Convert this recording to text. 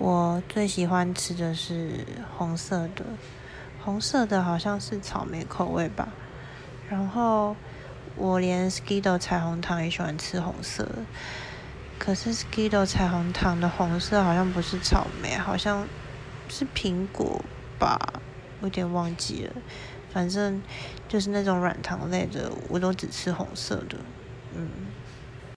我最喜欢吃的是红色的，红色的好像是草莓口味吧。然后我连 Skittles 彩虹糖也喜欢吃红色的，可是 Skittles 彩虹糖的红色好像不是草莓，好像是苹果吧，我有点忘记了。反正就是那种软糖类的，我都只吃红色的。